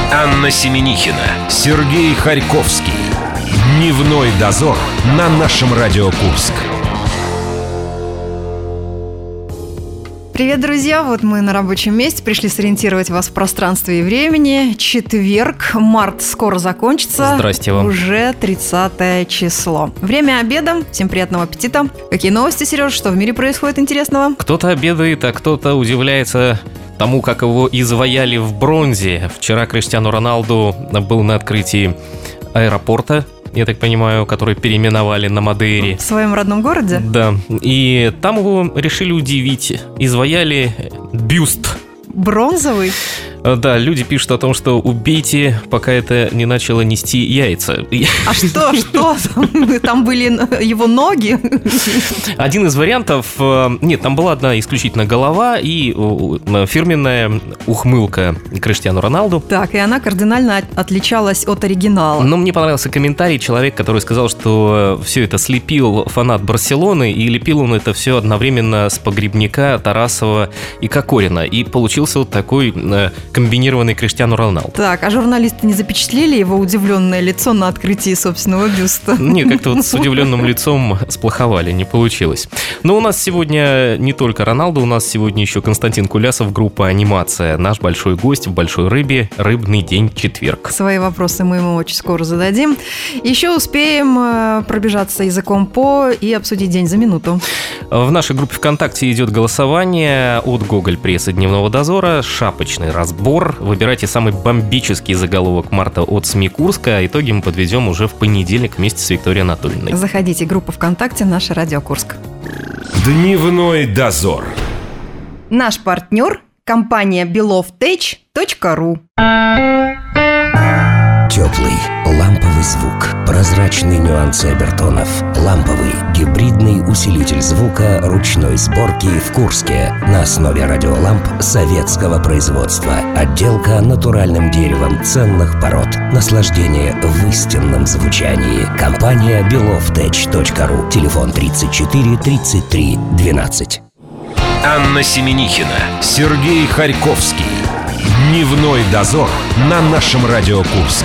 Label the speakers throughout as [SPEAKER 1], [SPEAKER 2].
[SPEAKER 1] Анна Семенихина, Сергей Харьковский. Дневной дозор на нашем Радио Курск.
[SPEAKER 2] Привет, друзья! Вот мы на рабочем месте пришли сориентировать вас в пространстве и времени. Четверг, март скоро закончится.
[SPEAKER 3] Здрасте вам.
[SPEAKER 2] Уже 30 число. Время обеда. Всем приятного аппетита. Какие новости, Сереж? Что в мире происходит интересного?
[SPEAKER 3] Кто-то обедает, а кто-то удивляется тому, как его изваяли в бронзе. Вчера Криштиану Роналду был на открытии аэропорта, я так понимаю, который переименовали на Мадейре.
[SPEAKER 2] В своем родном городе?
[SPEAKER 3] Да. И там его решили удивить. Изваяли бюст.
[SPEAKER 2] Бронзовый?
[SPEAKER 3] Да, люди пишут о том, что убейте, пока это не начало нести яйца.
[SPEAKER 2] А что? Там были его ноги?
[SPEAKER 3] Один из вариантов... Нет, там была одна исключительно голова и фирменная ухмылка Криштиану Роналду.
[SPEAKER 2] Так, и она кардинально отличалась от оригинала.
[SPEAKER 3] Но мне понравился комментарий человека, который сказал, что все это слепил фанат Барселоны, и лепил он это все одновременно с Погребняка, Тарасова и Кокорина. И получился вот такой комбинированный Криштиану Роналду.
[SPEAKER 2] Так, а журналисты не запечатлели его удивленное лицо на открытии собственного бюста?
[SPEAKER 3] Нет, как-то вот с удивленным лицом сплоховали, не получилось. Но у нас сегодня не только Роналду, у нас сегодня еще Константин Кулясов, группа «Анимация». Наш большой гость в «Большой рыбе», рыбный день, четверг.
[SPEAKER 2] Свои вопросы мы ему очень скоро зададим. Еще успеем пробежаться языком по и обсудить день за минуту.
[SPEAKER 3] В нашей группе ВКонтакте идет голосование от Гоголь прессы Дневного дозора, шапочный разбор. Выбирайте самый бомбический заголовок марта от СМИ Курска. Итоги мы подведем уже в понедельник вместе с Викторией Анатольевной.
[SPEAKER 2] Заходите в группу ВКонтакте «Наше Радио Курск».
[SPEAKER 1] Дневной дозор.
[SPEAKER 2] Наш партнер – компания belovtech.ru.
[SPEAKER 4] Теплый, ламповый звук, прозрачные нюансы обертонов, ламповый, гибридный усилитель звука ручной сборки в Курске на основе радиоламп советского производства. Отделка натуральным деревом ценных пород. Наслаждение в истинном звучании. Компания belovtech.ru. Телефон 34 33 12.
[SPEAKER 1] Анна Семенихина, Сергей Харьковский. Дневной дозор на нашем Радио Курск.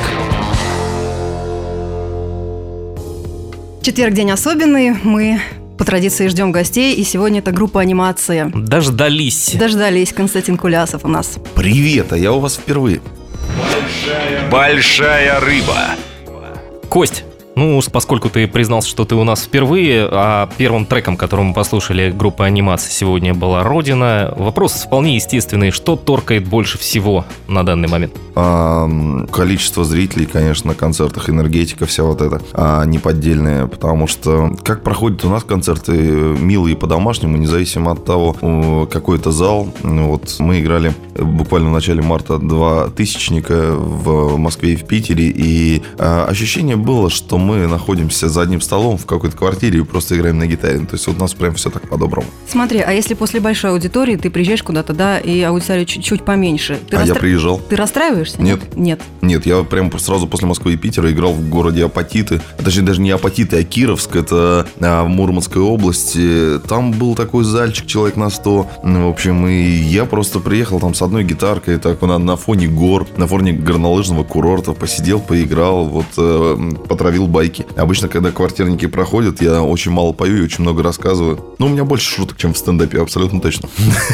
[SPEAKER 2] Четверг, день особенный. Мы по традиции ждем гостей, и сегодня это группа «Анимация».
[SPEAKER 3] Дождались,
[SPEAKER 2] Константин Кулясов у нас.
[SPEAKER 5] Привет, а я у вас впервые.
[SPEAKER 1] Большая рыба.
[SPEAKER 3] Кость, поскольку ты признался, что ты у нас впервые, а первым треком, который мы послушали группы «Анимация» сегодня, была «Родина». Вопрос вполне естественный. Что торкает больше всего на данный момент?
[SPEAKER 5] Количество зрителей, конечно, на концертах, энергетика, вся вот эта неподдельная. Потому что как проходят у нас концерты, милые по-домашнему, независимо от того, какой это зал. Вот мы играли буквально в начале марта 2 тысячника в Москве и в Питере. И ощущение было, что мы находимся за одним столом в какой-то квартире и просто играем на гитаре. То есть вот у нас прям все так по-доброму.
[SPEAKER 2] Смотри, а если после большой аудитории ты приезжаешь куда-то, да, и аудитория чуть-чуть поменьше?
[SPEAKER 5] Я приезжал.
[SPEAKER 2] Ты расстраиваешься? Нет, я прям сразу после Москвы и Питера играл в городе Апатиты. Точнее, даже не Апатиты, а Кировск. Это в Мурманской области. Там был такой зальчик, человек на 100. В общем, и я просто приехал там с одной гитаркой, так на фоне гор, на фоне горнолыжного курорта. Посидел, поиграл, потравил байки. Обычно, когда квартирники проходят, я очень мало пою и очень много рассказываю. Но у меня больше шуток, чем в стендапе, абсолютно точно.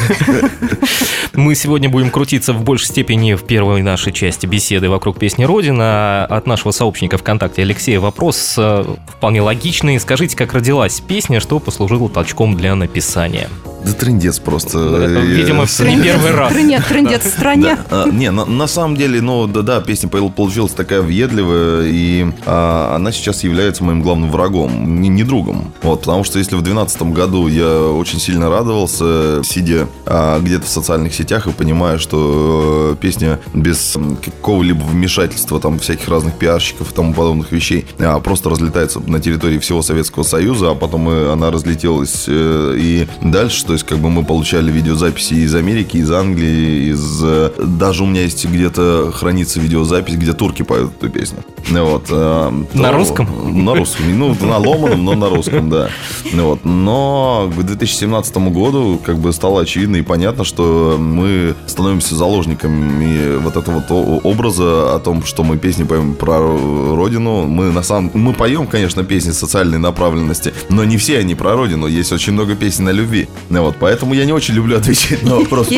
[SPEAKER 3] Мы сегодня будем крутиться в большей степени в первой нашей части беседы вокруг песни «Родина». От нашего сообщника ВКонтакте Алексея вопрос вполне логичный. Скажите, как родилась песня, что послужило толчком для написания?
[SPEAKER 5] Да трындец просто.
[SPEAKER 3] Видимо, не первый раз.
[SPEAKER 2] Трындец в стране.
[SPEAKER 5] Не, на самом деле, песня получилась такая въедливая, и она сейчас является моим главным врагом, не другом. Потому что если в 2012 году я очень сильно радовался, сидя где-то в социальных сетях и понимая, что песня без какого-либо вмешательства там всяких разных пиарщиков и тому подобных вещей просто разлетается на территории всего Советского Союза, а потом она разлетелась и дальше, то
[SPEAKER 2] есть, как бы мы получали видеозаписи из Америки, из Англии, даже у меня есть где-то хранится видеозапись, где турки поют эту песню. Вот.
[SPEAKER 3] На русском?
[SPEAKER 2] На русском. Ну, на ломаном, но на русском, да. Вот. Но к 2017 году как бы стало очевидно и понятно, что мы становимся заложниками вот этого вот образа о том, что мы песни поем про родину. Мы поем, конечно, песни социальной направленности, но не все они про родину. Есть очень много песен о любви. Вот. Поэтому я не очень люблю отвечать на вопрос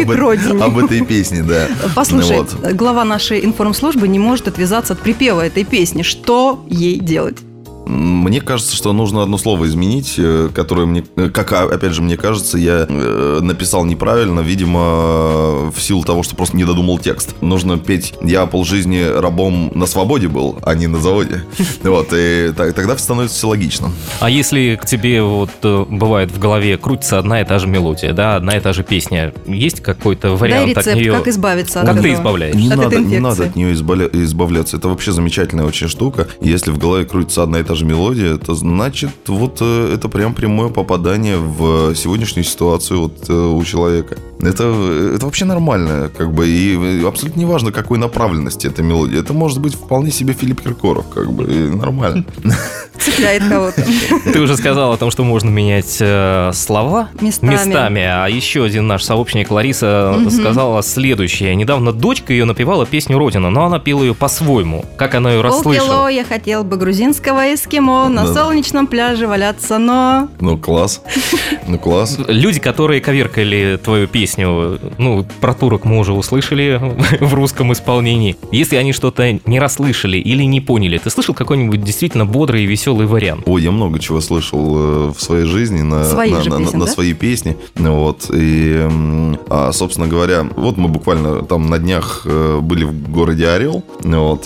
[SPEAKER 2] об этой песне, да.
[SPEAKER 6] Послушай, глава нашей информслужбы не может отвязаться от припева этой песни. Что ей делать?
[SPEAKER 2] Мне кажется, что нужно одно слово изменить, которое мне, как опять же мне кажется, я написал неправильно, видимо, в силу того, что просто не додумал текст. Нужно петь «Я полжизни рабом на свободе был, а не на заводе». Вот, и тогда становится все логично.
[SPEAKER 3] А если к тебе вот бывает в голове крутится одна и та же мелодия, да, одна и та же песня, есть какой-то вариант
[SPEAKER 6] рецепт,
[SPEAKER 3] от нее?
[SPEAKER 6] как избавиться от
[SPEAKER 3] этого? Как ты избавляешься?
[SPEAKER 2] Не надо от нее избавляться. Это вообще замечательная очень штука. Если в голове крутится одна и та же мелодия, это значит, вот это прям прямое попадание в сегодняшнюю ситуацию вот у человека. Это вообще нормально, как бы, и абсолютно не важно, какой направленности эта мелодия. Это может быть вполне себе Филипп Киркоров, как бы, и нормально.
[SPEAKER 6] Цепляет кого-то.
[SPEAKER 3] Ты уже сказал о том, что можно менять слова местами. А еще один наш сообщник Лариса сказала следующее. Недавно дочка ее напевала песню «Родина», но она пела ее по-своему. Как она ее расслышала?
[SPEAKER 6] Полкило я хотел бы грузинского эскимо на солнечном пляже валяться, но...
[SPEAKER 2] Ну, класс.
[SPEAKER 3] Люди, которые коверкали твою песню, ну, про турок мы уже услышали в русском исполнении. Если они что-то не расслышали или не поняли, ты слышал какой-нибудь действительно бодрый и веселый вариант?
[SPEAKER 2] Ой, я много чего слышал в своей жизни на свои песни. Вот. И, собственно говоря, вот мы буквально там на днях были в городе Орел. Вот.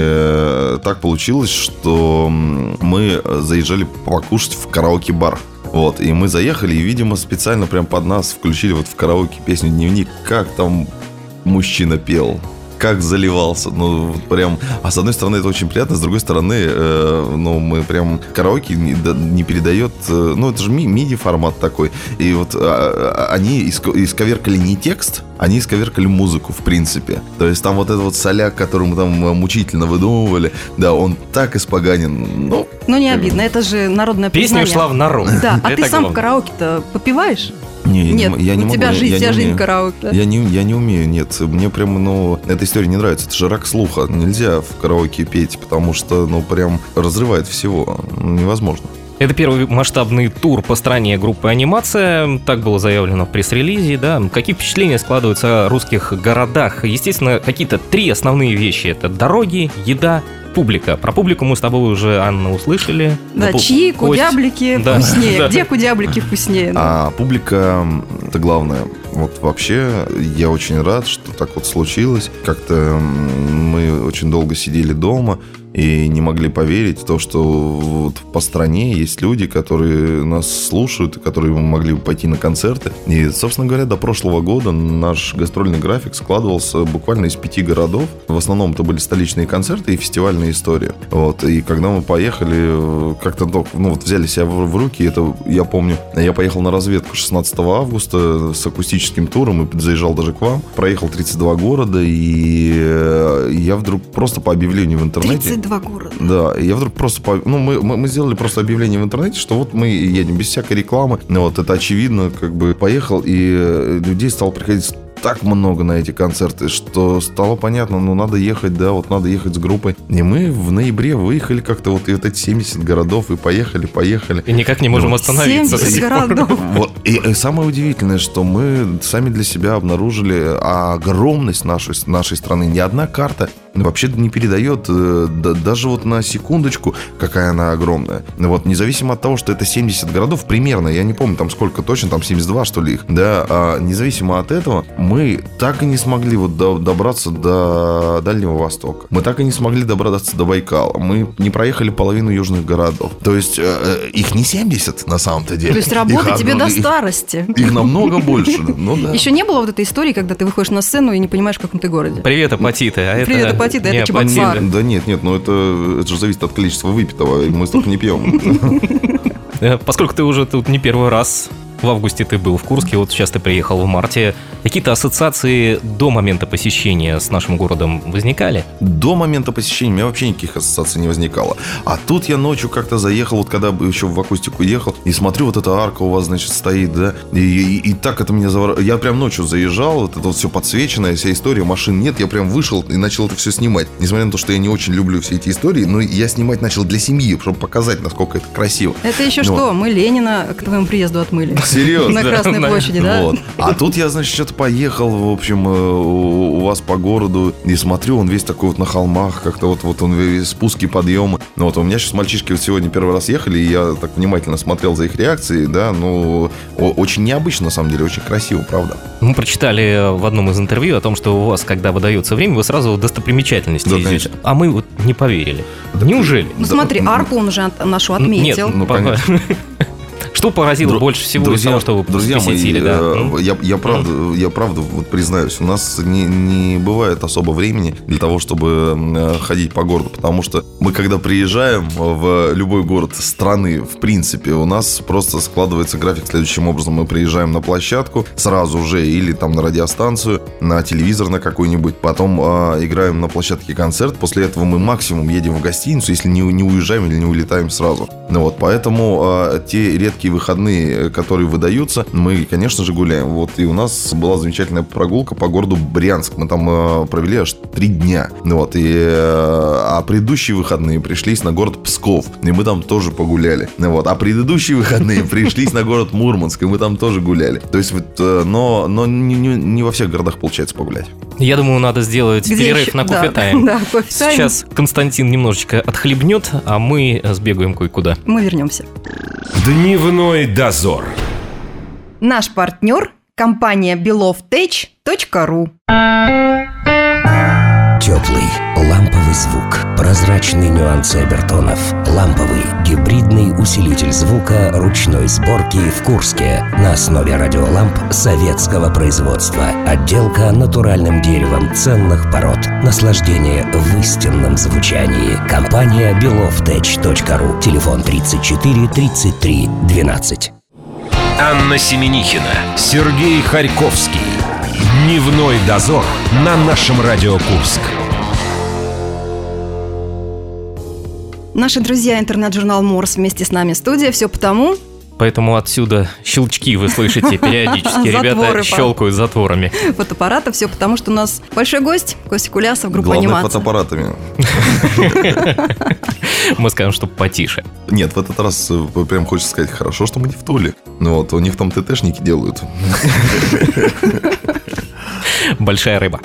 [SPEAKER 2] И так получилось, что мы заезжали покушать в караоке-бар. Вот, и мы заехали, и, видимо, специально прям под нас включили вот в караоке песню «Дневник». Как там мужчина пел, как заливался, ну, прям... А с одной стороны, это очень приятно, с другой стороны, ну, мы прям... Караоке не передает... Ну, это же MIDI-формат такой. И вот они исковеркали не текст, они исковеркали музыку, в принципе. То есть там вот этот вот соляк, который мы там мучительно выдумывали, да, он так испоганен, ну...
[SPEAKER 6] Ну, не обидно, это же народное признание.
[SPEAKER 3] Песня ушла в народ.
[SPEAKER 6] Да, а ты сам в караоке-то попиваешь?
[SPEAKER 2] Нет, я не могу.
[SPEAKER 6] У тебя вся жизнь караоке.
[SPEAKER 2] Я не умею, нет. Мне прям, ну, эта история не нравится. Это же рак слуха. Нельзя в караоке петь, потому что, ну, прям разрывает всего. Невозможно.
[SPEAKER 3] Это первый масштабный тур по стране группы «Анимация». Так было заявлено в пресс-релизе, да. Какие впечатления складываются о русских городах? Естественно, какие-то 3 основные вещи. Это дороги, еда, публика. Про публику мы с тобой уже, Анна, услышали.
[SPEAKER 6] Да, чьи кудяблики вкуснее? Да. Где кудяблики вкуснее?
[SPEAKER 2] А публика – это главное. Вот вообще я очень рад, что так вот случилось. Как-то мы очень долго сидели дома и не могли поверить в то, что вот по стране есть люди, которые нас слушают, которые могли бы пойти на концерты. И, собственно говоря, до прошлого года наш гастрольный график складывался буквально из 5 городов. В основном это были столичные концерты и фестивальные истории. Вот. И когда мы поехали, как-то, ну, вот взяли себя в руки, это я помню, я поехал на разведку 16 августа с акустическим туром и заезжал даже к вам. Проехал 32 города, и я вдруг просто по объявлению в интернете...
[SPEAKER 6] 32 города.
[SPEAKER 2] Да, я вдруг просто... Ну, мы сделали просто объявление в интернете, что вот мы едем без всякой рекламы. Вот это очевидно, как бы поехал, и людей стало приходить так много на эти концерты, что стало понятно, ну, надо ехать, да, вот надо ехать с группой. И мы в ноябре выехали как-то вот и вот эти 70 городов, и поехали.
[SPEAKER 3] И никак не можем остановиться.
[SPEAKER 6] 70 городов.
[SPEAKER 2] Вот. И самое удивительное, что мы сами для себя обнаружили огромность нашей страны. Ни одна карта вообще не передает даже вот на секундочку, какая она огромная. Вот, независимо от того, что это 70 городов примерно, я не помню там сколько точно, там 72 что ли их, да, независимо от этого, мы так и не смогли вот добраться до Дальнего Востока. Мы так и не смогли добраться до Байкала. Мы не проехали половину южных городов. То есть их не 70 на самом-то деле.
[SPEAKER 6] То есть работы тебе до старости.
[SPEAKER 2] Их намного больше. Ну, да.
[SPEAKER 6] Еще не было вот этой истории, когда ты выходишь на сцену и не понимаешь, в каком ты городе.
[SPEAKER 3] Привет, апатиты.
[SPEAKER 6] Привет, апатиты, это Чебоксары.
[SPEAKER 2] Да нет, ну это же зависит от количества выпитого, и мы столько не пьем.
[SPEAKER 3] Поскольку ты уже тут не первый раз в августе ты был в Курске, вот сейчас ты приехал в марте. Какие-то ассоциации до момента посещения с нашим городом возникали?
[SPEAKER 2] До момента посещения у меня вообще никаких ассоциаций не возникало. А тут я ночью как-то заехал, вот когда еще в акустику ехал, и смотрю, вот эта арка у вас, значит, стоит, да, и так это меня завораживало. Я прям ночью заезжал, вот это вот все подсвеченное, вся история, машин нет, я прям вышел и начал это все снимать. Несмотря на то, что я не очень люблю все эти истории, но я снимать начал для семьи, чтобы показать, насколько это красиво.
[SPEAKER 6] Это еще что? Мы Ленина к твоему приезду отмыли.
[SPEAKER 2] Серьезно?
[SPEAKER 6] На Красной площади, да?
[SPEAKER 2] Вот. А тут я, значит, что-то поехал, в общем, у вас по городу, и смотрю, он весь такой вот на холмах, как-то вот он весь спуски, подъемы. Ну вот у меня сейчас мальчишки вот сегодня первый раз ехали, и я так внимательно смотрел за их реакцией, да, ну, очень необычно, на самом деле, очень красиво, правда.
[SPEAKER 3] Мы прочитали в одном из интервью о том, что у вас, когда выдается время, вы сразу достопримечательности
[SPEAKER 2] да,
[SPEAKER 3] идете. А мы вот не поверили. Неужели?
[SPEAKER 6] Ну смотри, арку он уже нашу отметил.
[SPEAKER 3] Нет, ну, что поразило больше всего из того, что вы посетили?
[SPEAKER 2] Я правда вот признаюсь, у нас не бывает особо времени для того, чтобы ходить по городу, потому что мы, когда приезжаем в любой город страны, в принципе, у нас просто складывается график следующим образом. Мы приезжаем на площадку сразу же или там на радиостанцию, на телевизор на какой-нибудь, потом играем на площадке концерт, после этого мы максимум едем в гостиницу, если не уезжаем или не улетаем сразу. Ну вот, поэтому те редкие выходные, которые выдаются, мы, конечно же, гуляем. Вот, и у нас была замечательная прогулка по городу Брянск. Мы там провели аж 3 дня. Вот, а предыдущие выходные пришлись на город Псков, и мы там тоже погуляли. Вот, а предыдущие выходные пришлись на город Мурманск, и мы там тоже гуляли. То есть, вот, но не во всех городах получается погулять.
[SPEAKER 3] Я думаю, надо сделать перерыв на кофе-тайм.
[SPEAKER 6] Да, кофе-тайм.
[SPEAKER 3] Сейчас Константин немножечко отхлебнет, а мы сбегаем кое-куда.
[SPEAKER 6] Мы вернемся.
[SPEAKER 1] Дневной дозор.
[SPEAKER 6] Наш партнер – компания belovtech.ru.
[SPEAKER 4] Теплый, ламповый звук, прозрачные нюансы обертонов, ламповый гибридный усилитель звука ручной сборки в Курске на основе радиоламп советского производства. Отделка натуральным деревом ценных пород. Наслаждение в истинном звучании. Компания belovtech.ru. Телефон 34 33 12.
[SPEAKER 1] Анна Семенихина, Сергей Харьковский. Дневной дозор на нашем Радио Курск.
[SPEAKER 6] Наши друзья, интернет-журнал Морс, вместе с нами студия. Все потому...
[SPEAKER 3] Поэтому отсюда щелчки вы слышите периодически. Ребята щелкают затворами.
[SPEAKER 6] Фотоаппарата. Все потому, что у нас большой гость, Костя Кулясов, группа
[SPEAKER 2] Главное,
[SPEAKER 6] анимации.
[SPEAKER 2] фотоаппаратами.
[SPEAKER 3] Мы скажем, что потише.
[SPEAKER 2] Нет, в этот раз прям хочется сказать, хорошо, что мы не в Туле. Ну вот, у них там ТТшники делают.
[SPEAKER 3] Большая рыба.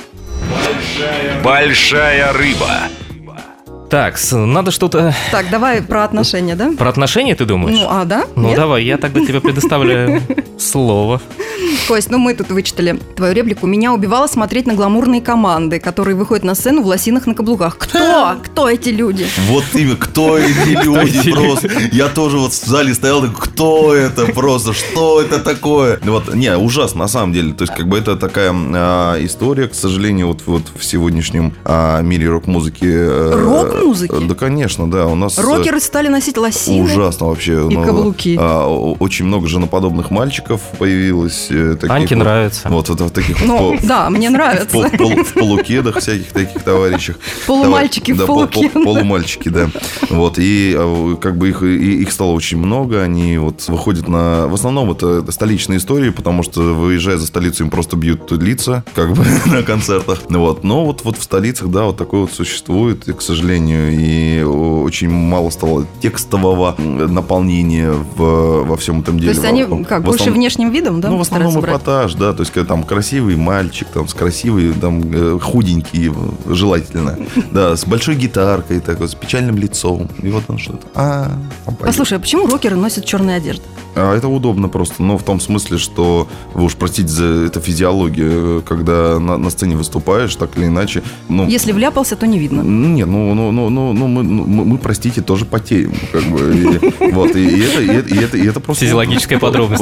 [SPEAKER 1] Большая рыба.
[SPEAKER 3] Так, надо что-то...
[SPEAKER 6] Так, давай про отношения, да?
[SPEAKER 3] Про отношения ты думаешь?
[SPEAKER 6] Ну, да?
[SPEAKER 3] Ну,
[SPEAKER 6] Нет?
[SPEAKER 3] давай, я тогда тебе предоставляю слово.
[SPEAKER 6] Кость, мы тут вычитали твою реплику. Меня убивало смотреть на гламурные команды, которые выходят на сцену в лосинах на каблуках. Кто? Кто эти люди?
[SPEAKER 2] Вот именно, кто эти люди просто. Я тоже вот в зале стоял, кто это просто, что это такое? Вот, не, ужасно, на самом деле. То есть, как бы это такая история, к сожалению, вот в сегодняшнем мире рок-музыки.
[SPEAKER 6] Рок-музыки?
[SPEAKER 2] Да, конечно, да. У нас
[SPEAKER 6] рокеры стали носить лосины.
[SPEAKER 2] Ужасно вообще.
[SPEAKER 6] И каблуки.
[SPEAKER 2] Очень много женоподобных мальчиков появилось.
[SPEAKER 3] Аньке
[SPEAKER 2] вот,
[SPEAKER 3] нравится.
[SPEAKER 2] Вот в таких...
[SPEAKER 6] Да, мне нравится.
[SPEAKER 2] В полукедах всяких таких товарищах.
[SPEAKER 6] Полумальчики в полукедах.
[SPEAKER 2] Полумальчики, да. Вот, и как бы их стало очень много. Они вот выходят на... В основном это столичные истории, потому что, выезжая за столицу, им просто бьют лица, как бы, на концертах. Вот. Но вот в столицах, да, вот такое вот существует, и, к сожалению, и очень мало стало текстового наполнения во всем этом деле.
[SPEAKER 6] То есть они как, больше внешним видом, да?
[SPEAKER 2] Ну, в основном эпатаж, да, то есть когда там красивый мальчик, там с красивый, там худенький, желательно, да, с большой гитаркой, такой, с печальным лицом, и вот он что-то.
[SPEAKER 6] Послушай, а почему рокеры носят черные одежды?
[SPEAKER 2] Это удобно просто, но в том смысле, что, вы уж простите за это физиология, когда на сцене выступаешь, так или иначе, ну...
[SPEAKER 6] Если вляпался, то не видно.
[SPEAKER 2] Нет, мы, простите, тоже потеем, как бы, вот, и это просто...
[SPEAKER 3] Физиологическая подробность небольшая.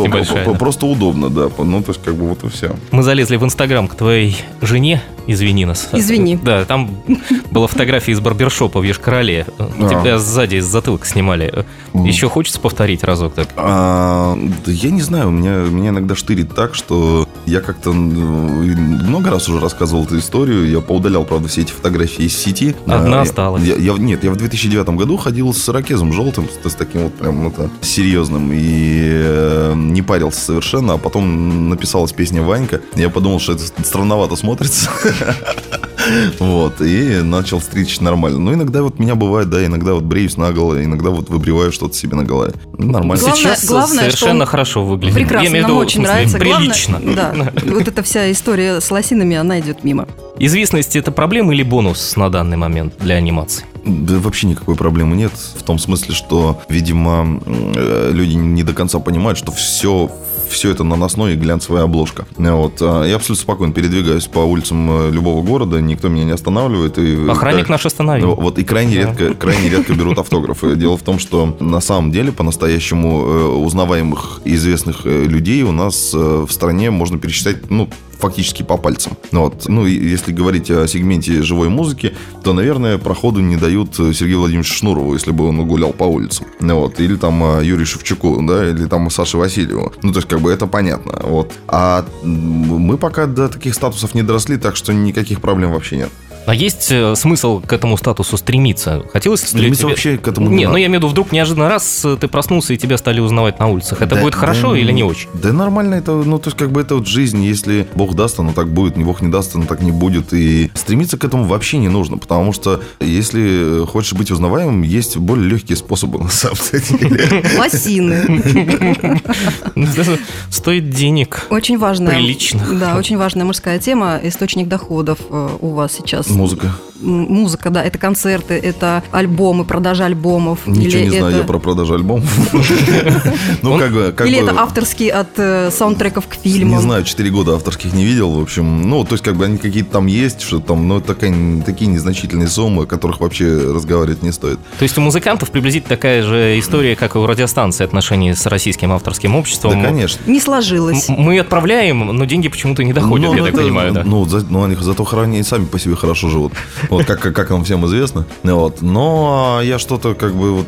[SPEAKER 2] просто удобно, да. Ну, то есть, как бы вот и все.
[SPEAKER 3] Мы залезли в Инстаграм к твоей жене, извини нас.
[SPEAKER 6] Извини.
[SPEAKER 3] Да, там была фотография из барбершопа в Йошкар-Оле. Тебя сзади из затылка снимали. Еще хочется повторить разок так?
[SPEAKER 2] Да я не знаю, меня иногда штырит так, что я как-то много раз уже рассказывал эту историю. Я поудалял, правда, все эти фотографии из сети.
[SPEAKER 3] Одна осталась.
[SPEAKER 2] Нет, я в 2009 году ходил с ирокезом желтым, с таким вот прям серьезным, и не парился совершенно, а потом написалась песня «Ванька». Я подумал, что это странновато смотрится. Вот, и начал стричь нормально. Но иногда вот меня бывает, да, иногда вот бреюсь наголо, иногда вот выбриваю что-то себе на голове. Нормально.
[SPEAKER 3] Сейчас совершенно хорошо выглядит.
[SPEAKER 6] Прекрасно, нам очень нравится.
[SPEAKER 3] Прилично.
[SPEAKER 6] Да, вот эта вся история с лосинами, она идет мимо.
[SPEAKER 3] Известность – это проблема или бонус на данный момент для анимации?
[SPEAKER 2] Да вообще никакой проблемы нет. В том смысле, что, видимо, люди не до конца понимают, что все это наносное и глянцевая обложка. Вот. Я абсолютно спокойно передвигаюсь по улицам любого города, никто меня не останавливает.
[SPEAKER 3] Охранник наш остановил.
[SPEAKER 2] Вот, и крайне редко берут автографы. Дело в том, что на самом деле по-настоящему узнаваемых и известных людей у нас в стране можно пересчитать, фактически по пальцам. Вот. Если говорить о сегменте живой музыки, то, наверное, проходу не дают Сергею Владимировичу Шнурову, если бы он гулял по улицам. Вот. Или там Юрию Шевчуку, да, или там Саше Васильеву. То есть, как бы это понятно. Вот. А мы пока до таких статусов не доросли, так что никаких проблем вообще нет.
[SPEAKER 3] А есть смысл к этому статусу стремиться? Хотелось
[SPEAKER 2] стремиться
[SPEAKER 3] тебе...
[SPEAKER 2] вообще к этому не
[SPEAKER 3] Нет,
[SPEAKER 2] надо.
[SPEAKER 3] я имею в виду, вдруг неожиданно раз ты проснулся и тебя стали узнавать на улицах. Это будет хорошо или не очень?
[SPEAKER 2] Да нормально это, то есть как бы это вот жизнь. Если Бог даст, оно так будет, Бог не даст, оно так не будет. И стремиться к этому вообще не нужно, потому что если хочешь быть узнаваемым, есть более легкие способы на самом деле.
[SPEAKER 6] Лосины.
[SPEAKER 3] Стоит денег.
[SPEAKER 6] Очень важная.
[SPEAKER 3] Приличных.
[SPEAKER 6] Да, очень важная мужская тема. Источник доходов у вас сейчас. Музыка, да, это концерты, это альбомы, продажа альбомов.
[SPEAKER 2] Ничего не знаю я про продажу альбомов.
[SPEAKER 6] Или это авторские от саундтреков к фильмам.
[SPEAKER 2] Не знаю, 4 года авторских не видел, в общем. То есть, как бы они какие-то там есть, что там, но такие незначительные суммы, о которых вообще разговаривать не стоит.
[SPEAKER 3] То есть у музыкантов приблизительно такая же история, как и у радиостанции, отношения с российским авторским обществом.
[SPEAKER 2] Да, конечно.
[SPEAKER 6] Не сложилось.
[SPEAKER 3] Мы отправляем, но деньги почему-то не доходят, я так понимаю, да?
[SPEAKER 2] Они зато они сами по себе хорошо живут. Вот как нам всем известно. Вот. Но я что-то как бы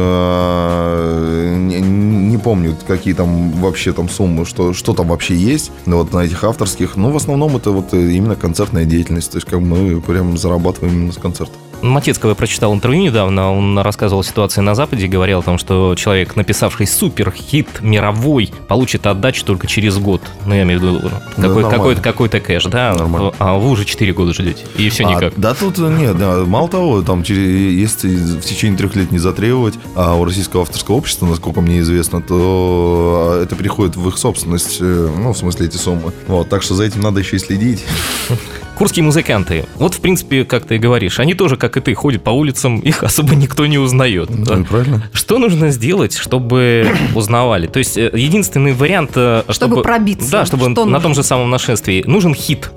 [SPEAKER 2] не помню, какие там вообще там суммы, что там вообще есть вот на этих авторских. Но в основном это вот именно концертная деятельность. То есть как мы прям зарабатываем именно с концертов.
[SPEAKER 3] Матецкого я прочитал интервью недавно, он рассказывал о ситуации на Западе, говорил о том, что человек, написавший суперхит мировой, получит отдачу только через год. Я имею в виду какой-то кэш, да? Нормально. А вы уже 4 года ждете, и все никак.
[SPEAKER 2] Да тут нет, мало того, там если в течение 3 лет не затребовать, а у российского авторского общества, насколько мне известно, то это переходит в их собственность, в смысле эти суммы. Вот, так что за этим надо еще и следить.
[SPEAKER 3] Курские музыканты, в принципе, как ты говоришь, они тоже, как и ты, ходят по улицам, их особо никто не узнает.
[SPEAKER 2] Правильно.
[SPEAKER 3] Что нужно сделать, чтобы узнавали? То есть, единственный вариант...
[SPEAKER 6] Чтобы пробиться.
[SPEAKER 3] Да, чтобы на том же самом нашествии. Нужен хит.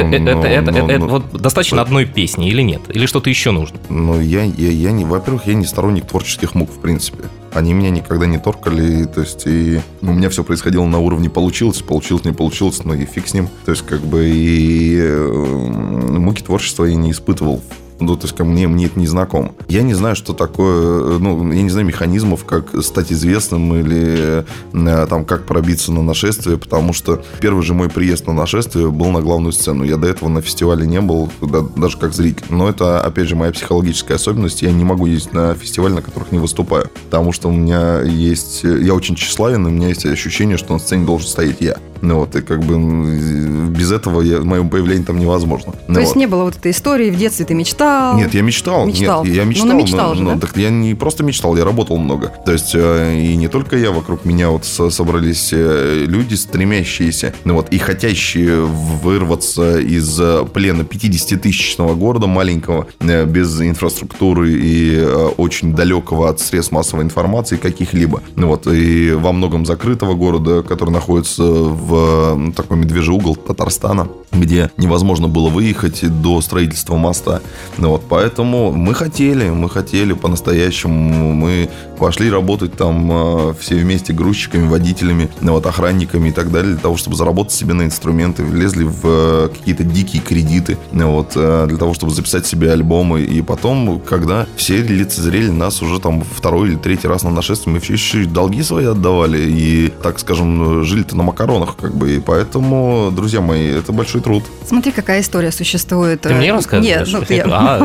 [SPEAKER 3] Достаточно одной песни или нет? Или что-то еще нужно?
[SPEAKER 2] Во-первых, я не сторонник творческих мук, в принципе. Они меня никогда не торкали, то есть, и у меня все происходило на уровне получилось, не получилось, но и фиг с ним. То есть, как бы, и муки творчества я не испытывал. То есть, ко мне это не знакомо. Я не знаю, что такое, я не знаю механизмов, как стать известным или там, как пробиться на нашествие, потому что первый же мой приезд на нашествие был на главную сцену. Я до этого на фестивале не был, даже как зритель. Но это, опять же, моя психологическая особенность. Я не могу ездить на фестиваль, на которых не выступаю. Потому что у меня есть... Я очень тщеславен, и у меня есть ощущение, что на сцене должен стоять я. И как бы без этого мое появление там невозможно.
[SPEAKER 6] То есть не было вот этой истории, в детстве ты мечтал?
[SPEAKER 2] Нет, я мечтал. Нет, я мечтал.
[SPEAKER 6] Намечтал же, да?
[SPEAKER 2] Так я не просто мечтал, я работал много. То есть и не только я, вокруг меня собрались люди, стремящиеся, и хотящие вырваться из плена 50-тысячного города маленького, без инфраструктуры и очень далекого от средств массовой информации каких-либо. И во многом закрытого города, который находится в такой медвежий угол Татарстана, где невозможно было выехать до строительства моста. Вот, поэтому мы хотели по-настоящему. Мы пошли работать там все вместе грузчиками, водителями, вот, охранниками и так далее, для того, чтобы заработать себе на инструменты. Влезли в какие-то дикие кредиты, вот, для того, чтобы записать себе альбомы. И потом, когда все лицезрели нас уже там второй или третий раз на нашествие, мы все еще долги свои отдавали и, так скажем, жили-то на макаронах, как бы. И поэтому, друзья мои, это большой труд.
[SPEAKER 6] Смотри, какая история существует.
[SPEAKER 3] Ты мне рассказываешь?
[SPEAKER 6] Нет,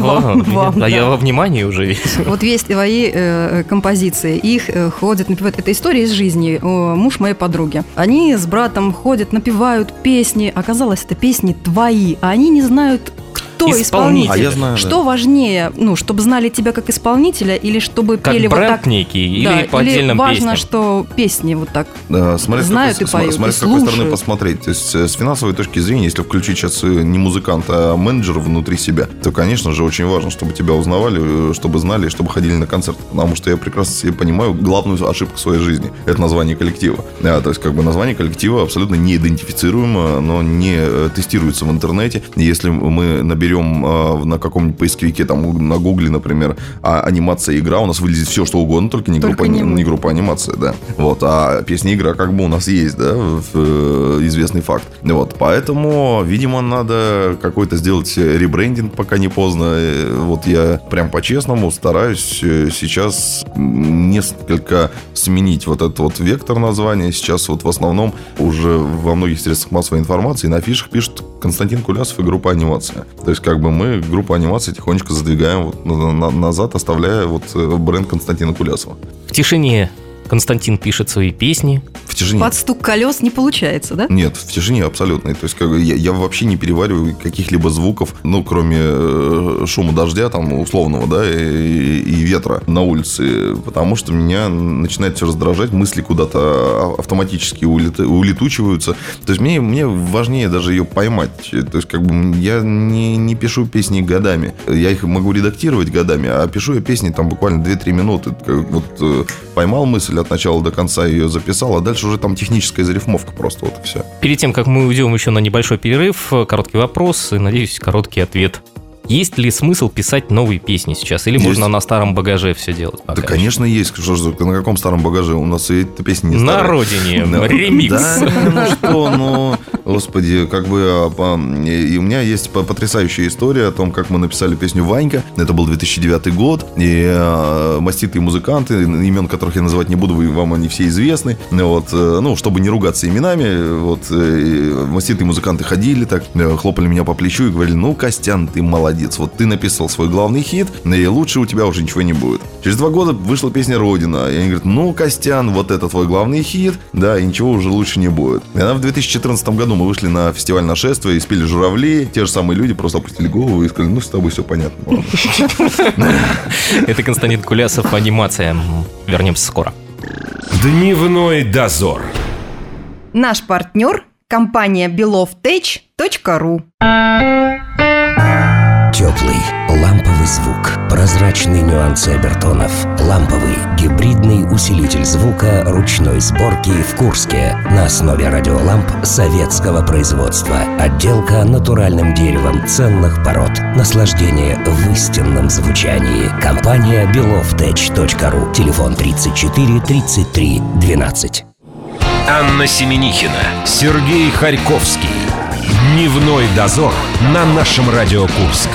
[SPEAKER 3] я во внимании уже весь.
[SPEAKER 6] Вот есть твои композиции, их ходят, напевают. Это история из жизни. Муж моей подруги. Они с братом ходят, напевают песни. Оказалось, это песни твои, а они не знают, кто исполнитель.
[SPEAKER 2] А я знаю,
[SPEAKER 6] что важнее, чтобы знали тебя как исполнителя, или чтобы
[SPEAKER 3] как
[SPEAKER 6] пели вот так?
[SPEAKER 3] Как бренд некий, или по отдельным
[SPEAKER 6] важно,
[SPEAKER 3] песням?
[SPEAKER 6] Что песни вот так
[SPEAKER 2] знают
[SPEAKER 6] и поют,
[SPEAKER 2] смотри, с какой стороны посмотреть. То есть, с финансовой точки зрения, если включить сейчас не музыканта, а менеджера внутри себя, то, конечно же, очень важно, чтобы тебя узнавали, чтобы знали, чтобы ходили на концерты. Потому что я прекрасно себе понимаю главную ошибку своей жизни. Это название коллектива. То есть, название коллектива абсолютно не идентифицируемо, оно не тестируется в интернете. Если мы наберем на каком-нибудь поисковике, там, на Гугле, например, анимация игра, у нас вылезет все, что угодно, только не группа анимация, да. Вот, а песня игра как бы у нас есть, да, известный факт. Вот, поэтому, видимо, надо какой-то сделать ребрендинг, пока не поздно. Вот я прям по-честному стараюсь сейчас несколько сменить вот этот вот вектор названия. Сейчас вот в основном уже во многих средствах массовой информации на афишах пишут Константин Кулясов и группа анимация. То есть как бы мы группу анимации тихонечко задвигаем вот назад, оставляя вот бренд Константина Кулясова.
[SPEAKER 3] В тишине Константин пишет свои песни.
[SPEAKER 2] В тишине.
[SPEAKER 6] Под стук колес не получается, да?
[SPEAKER 2] Нет, в тишине абсолютно. То есть я вообще не перевариваю каких-либо звуков, кроме шума дождя, там, условного, да, и ветра на улице, потому что меня начинает все раздражать, мысли куда-то автоматически улетучиваются. То есть мне важнее даже ее поймать. То есть я не пишу песни годами. Я их могу редактировать годами, а пишу я песни там буквально 2-3 минуты. Вот поймал мысль от начала до конца, ее записал, а дальше уже там техническая зарифмовка просто, вот и все.
[SPEAKER 3] Перед тем, как мы уйдем еще на небольшой перерыв, короткий вопрос и, надеюсь, короткий ответ. Есть ли смысл писать новые песни сейчас? Или можно на старом багаже все делать?
[SPEAKER 2] Да, конечно, есть. Что же, на каком старом багаже? У нас и эта песня не старая.
[SPEAKER 3] На родине. Ремикс.
[SPEAKER 2] Да, господи, и у меня есть потрясающая история о том, как мы написали песню «Ванька». Это был 2009 год, и маститые музыканты, имен которых я называть не буду, вам они все известны, вот, чтобы не ругаться именами, вот, маститые музыканты ходили так, хлопали меня по плечу и говорили: Костян, ты молодец. Вот ты написал свой главный хит, и лучше у тебя уже ничего не будет. Через 2 года вышла песня «Родина». И они говорят: Костян, вот это твой главный хит, да, и ничего уже лучше не будет. И в 2014 году мы вышли на фестиваль «Нашествие» и спели «Журавли». Те же самые люди просто опустили голову и сказали: с тобой все понятно.
[SPEAKER 3] Это Константин Кулясов, анимация. Вернемся скоро.
[SPEAKER 1] Дневной дозор.
[SPEAKER 6] Наш партнер – компания belovtech.ru.
[SPEAKER 4] Теплый, ламповый звук, прозрачные нюансы обертонов, ламповый, гибридный усилитель звука ручной сборки в Курске на основе радиоламп советского производства. Отделка натуральным деревом ценных пород. Наслаждение в истинном звучании. Компания belovtech.ru. Телефон 34 33 12.
[SPEAKER 1] Анна Семенихина, Сергей Харьковский. Дневной дозор на нашем Радио Курск.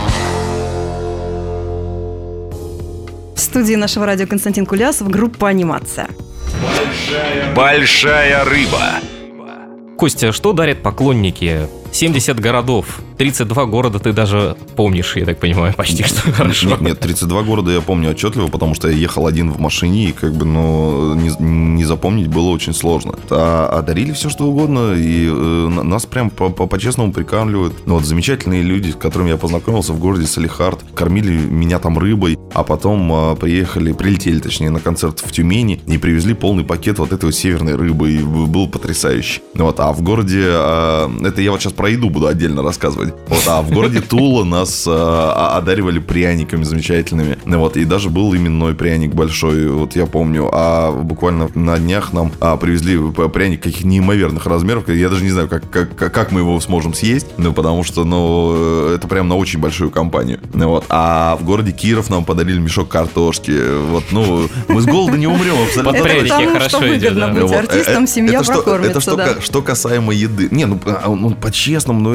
[SPEAKER 6] В студии нашего радио Константин Кулясов, группа «Анимация».
[SPEAKER 1] Большая рыба.
[SPEAKER 3] Костя, что дарят поклонники? 70 городов, 32 города ты даже помнишь, я так понимаю, почти что хорошо.
[SPEAKER 2] Нет, 32 города я помню отчетливо, потому что я ехал один в машине, и не запомнить было очень сложно. А дарили все, что угодно, и нас прям по-честному прикармливают. Вот замечательные люди, с которыми я познакомился в городе Салехард, кормили меня там рыбой, а потом прилетели, точнее, на концерт в Тюмени и привезли полный пакет вот этой вот северной рыбы, и был потрясающе. Вот, а в городе, это я вот сейчас про про еду буду отдельно рассказывать. Вот, а в городе Тула нас одаривали пряниками замечательными. Вот, и даже был именной пряник большой, вот я помню. А буквально на днях нам привезли пряник каких неимоверных размеров. Я даже не знаю, как мы его сможем съесть, потому что, это прям на очень большую компанию. Вот. А в городе Киров нам подарили мешок картошки. Вот, мы с голода не умрем абсолютно.
[SPEAKER 6] Потому что выгодно быть артистом, семья прокормится.
[SPEAKER 2] Это что касаемо еды. Не, по-честному,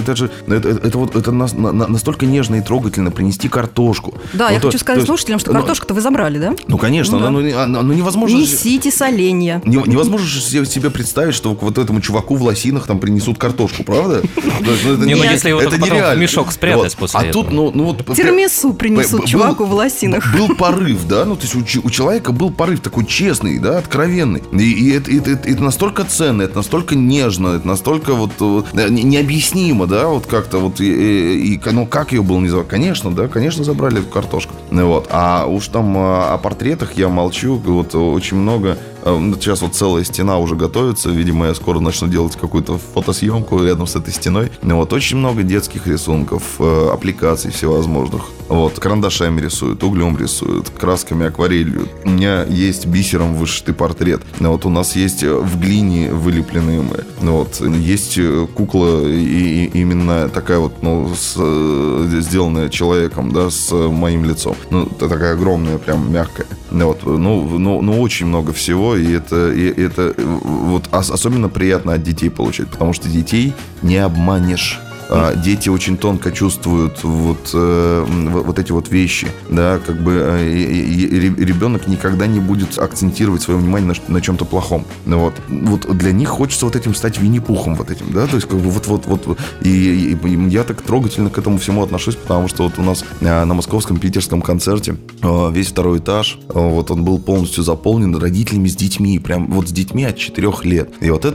[SPEAKER 2] это настолько нежно и трогательно принести картошку.
[SPEAKER 6] Да, я хочу сказать слушателям, что картошку-то вы забрали, да?
[SPEAKER 2] Ну, конечно, невозможно.
[SPEAKER 6] Несите соленья.
[SPEAKER 2] Невозможно же себе представить, что вот этому чуваку в лосинах там принесут картошку, правда?
[SPEAKER 3] Если его потом в мешок спрятать после этого.
[SPEAKER 6] А тут тирамису принесут чуваку в лосинах.
[SPEAKER 2] Был порыв, да, то есть у человека был порыв такой честный, да, откровенный. И это настолько ценно, это настолько нежно, это настолько необъяснимо, да, вот как-то вот, как ее было не забрать? Конечно, забрали эту картошку. Вот. А уж там о портретах я молчу, вот очень много. Сейчас вот целая стена уже готовится. Видимо, я скоро начну делать какую-то фотосъемку рядом с этой стеной. Вот. Очень много детских рисунков, аппликаций всевозможных. Вот. Карандашами рисуют, углем рисуют, красками, акварелью. У меня есть бисером вышитый портрет. Вот. У нас есть в глине вылепленные мы. Вот. Есть кукла именно такая вот, сделанная человеком, да, с моим лицом. Такая огромная, прям мягкая. Вот. Очень много всего. И это вот особенно приятно от детей получать, потому что детей не обманешь. Дети очень тонко чувствуют вот эти вот вещи, да, как бы ребенок никогда не будет акцентировать свое внимание на чем-то плохом. Вот для них хочется вот этим стать Винни-Пухом вот этим, да, то есть как бы вот и я так трогательно к этому всему отношусь, потому что вот у нас на московском питерском концерте весь второй этаж, вот он был полностью заполнен родителями с детьми, прям вот с детьми от 4 лет, и вот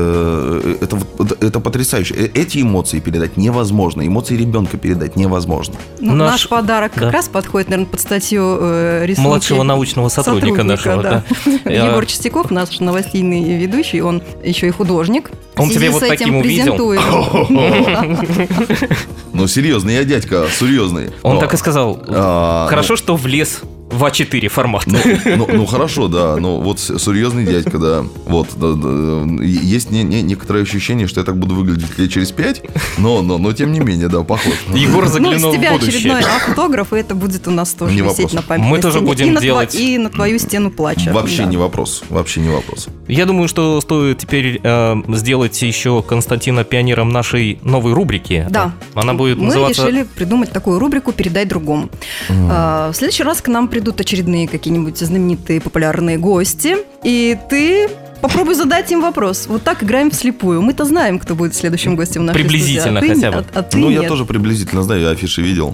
[SPEAKER 2] это потрясающе. Эти эмоции передать невозможно. Эмоции ребенка передать невозможно.
[SPEAKER 6] Наш подарок как раз подходит, наверное, под статью рисунки
[SPEAKER 3] младшего научного сотрудника нашего.
[SPEAKER 6] Да. Егор Чистяков, наш новостейный ведущий, он еще и художник.
[SPEAKER 3] Он тебя вот таким увидел?
[SPEAKER 2] Серьезный я дядька, серьезный.
[SPEAKER 3] Он так и сказал. Хорошо, что влез в А4 формат.
[SPEAKER 2] Хорошо, да. Вот серьезный дядька, да. Вот. Есть некоторое ощущение, что я так буду выглядеть лет через 5, но тем не менее, да, похож.
[SPEAKER 3] Егор заглянул в будущее.
[SPEAKER 6] С тебя очередной автограф, и это будет у нас тоже висеть на памятной стене.
[SPEAKER 3] Мы тоже будем делать.
[SPEAKER 6] И на твою стену плача.
[SPEAKER 2] Вообще не вопрос.
[SPEAKER 3] Я думаю, что стоит теперь сделать еще Константина пионером нашей новой рубрики.
[SPEAKER 6] Да.
[SPEAKER 3] Она будет называться...
[SPEAKER 6] Мы решили придумать такую рубрику «Передай другому». В следующий раз к нам придут очередные какие-нибудь знаменитые популярные гости, и ты попробуй задать им вопрос. Вот так играем вслепую. Мы-то знаем, кто будет следующим гостем в нашей студии.
[SPEAKER 3] Приблизительно хотя бы.
[SPEAKER 6] А ты нет.
[SPEAKER 2] Я тоже приблизительно знаю, я афиши видел.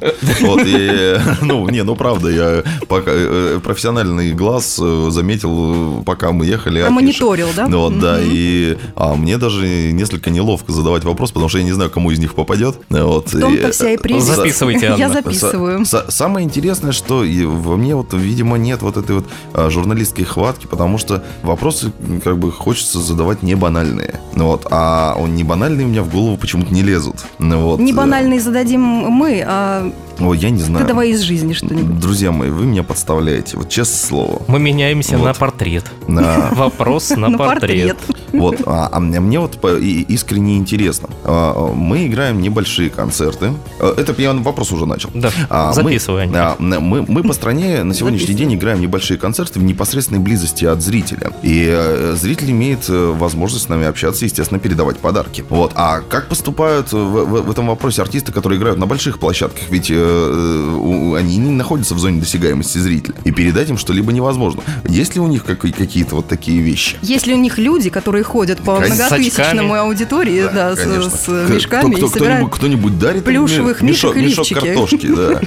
[SPEAKER 2] Правда, я профессиональный глаз заметил, пока мы ехали.
[SPEAKER 6] Мониторил, да?
[SPEAKER 2] Да, и мне даже несколько неловко задавать вопрос, потому что я не знаю, кому из них попадет.
[SPEAKER 6] В том-то вся и прелесть.
[SPEAKER 3] Записывайте, Анна.
[SPEAKER 6] Я записываю.
[SPEAKER 2] Самое интересное, что во мне, видимо, нет вот этой вот журналистской хватки, потому что вопросы хочется задавать не банальные. А не банальные у меня в голову почему-то не лезут.
[SPEAKER 6] Не банальные зададим мы, а...
[SPEAKER 2] я не знаю.
[SPEAKER 6] Ты давай из жизни что-нибудь.
[SPEAKER 2] Друзья мои, вы меня подставляете. Вот честное слово.
[SPEAKER 3] Мы меняемся на портрет. Вопрос на портрет.
[SPEAKER 2] Мне искренне интересно. Мы играем небольшие концерты. Это я вопрос уже начал.
[SPEAKER 3] Да, записывай.
[SPEAKER 2] Мы по стране на сегодняшний день играем небольшие концерты в непосредственной близости от зрителя. И зритель имеет возможность с нами общаться, естественно, передавать подарки. А как поступают в этом вопросе артисты, которые играют на больших площадках? Ведь они не находятся в зоне досягаемости зрителя. И передать им что-либо невозможно. Есть ли у них какие-то вот такие вещи?
[SPEAKER 6] Есть ли у них люди, которые ходят по многотысячному аудитории, с мешками и собирают
[SPEAKER 2] кто-нибудь дарит
[SPEAKER 6] плюшевых мишек и
[SPEAKER 2] мешок картошки, да.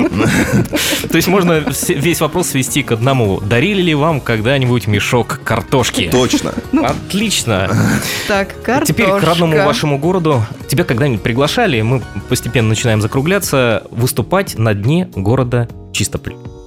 [SPEAKER 3] То есть можно весь вопрос свести к одному. Дарили ли вам когда-нибудь мешок картошки?
[SPEAKER 2] Точно.
[SPEAKER 3] Отлично.
[SPEAKER 6] Так, картошка.
[SPEAKER 3] Теперь к родному вашему городу. Тебя когда-нибудь приглашали, мы постепенно начинаем закругляться, выступать на дне города Чистополь?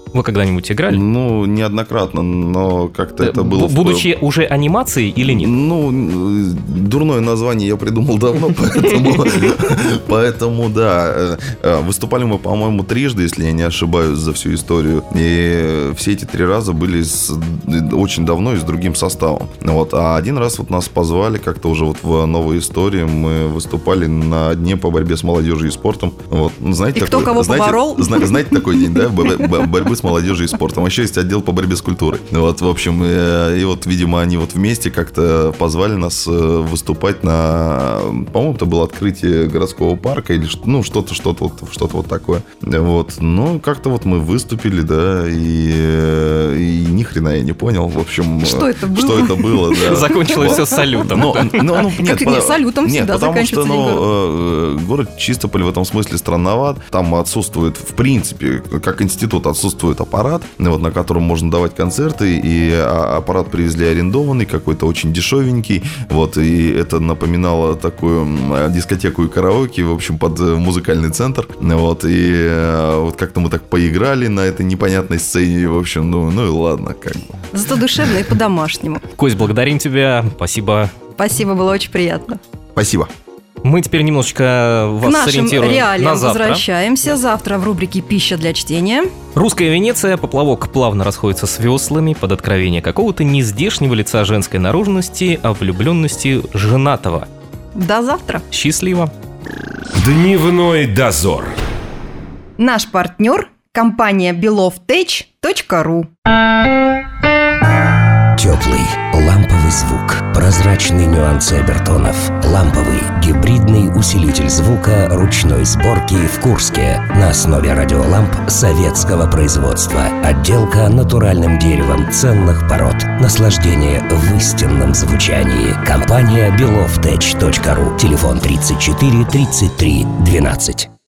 [SPEAKER 3] Вы когда-нибудь играли?
[SPEAKER 2] Ну, неоднократно, но как-то это было...
[SPEAKER 3] Будучи уже анимацией или нет?
[SPEAKER 2] Ну, дурное название я придумал давно, поэтому да. Выступали мы, по-моему, трижды, если я не ошибаюсь, за всю историю. И все эти 3 раза были очень давно и с другим составом. Вот. А один раз вот нас позвали как-то уже вот в новой истории. Мы выступали на дне по борьбе с молодежью и спортом. Вот. Знаете,
[SPEAKER 6] и кто кого поборол?
[SPEAKER 2] Знаете такой день, да? Борьбы с молодежью и спортом. Еще есть отдел по борьбе с культурой. Вот, в общем, и вот, видимо, они вот вместе как-то позвали нас выступать на... По-моему, это было открытие городского парка или что-то вот такое. Вот. Ну, как-то вот мы выступили, да, и ни хрена я не понял, в общем...
[SPEAKER 6] Что это было?
[SPEAKER 2] Что это было, да.
[SPEAKER 3] Закончилось все салютом.
[SPEAKER 6] Нет, салютом всегда заканчивается.
[SPEAKER 2] Потому что, город Чистополь в этом смысле странноват. Там отсутствует, в принципе, как институт, отсутствует аппарат, вот, на котором можно давать концерты, и аппарат привезли арендованный, какой-то очень дешевенький, вот, и это напоминало такую дискотеку и караоке, в общем, под музыкальный центр, вот, и вот как-то мы так поиграли на этой непонятной сцене, в общем, ну и ладно, как бы.
[SPEAKER 6] Зато душевно и по-домашнему.
[SPEAKER 3] Кость, благодарим тебя, спасибо.
[SPEAKER 6] Спасибо, было очень приятно.
[SPEAKER 2] Спасибо.
[SPEAKER 3] Мы теперь немножечко вас сориентируем на завтра.
[SPEAKER 6] Возвращаемся. Завтра в рубрике «Пища для чтения».
[SPEAKER 3] Русская Венеция. Поплавок плавно расходится с веслами под откровение какого-то нездешнего лица женской наружности, о влюбленности женатого.
[SPEAKER 6] До завтра.
[SPEAKER 3] Счастливо.
[SPEAKER 1] Дневной дозор.
[SPEAKER 6] Наш партнер – компания belovtech.ru.
[SPEAKER 4] Теплый ламповый звук, прозрачные нюансы обертонов, ламповый гибридный усилитель звука ручной сборки в Курске на основе радиоламп советского производства. Отделка натуральным деревом ценных пород. Наслаждение в истинном звучании. Компания belovtech.ru. Телефон 34 33 12.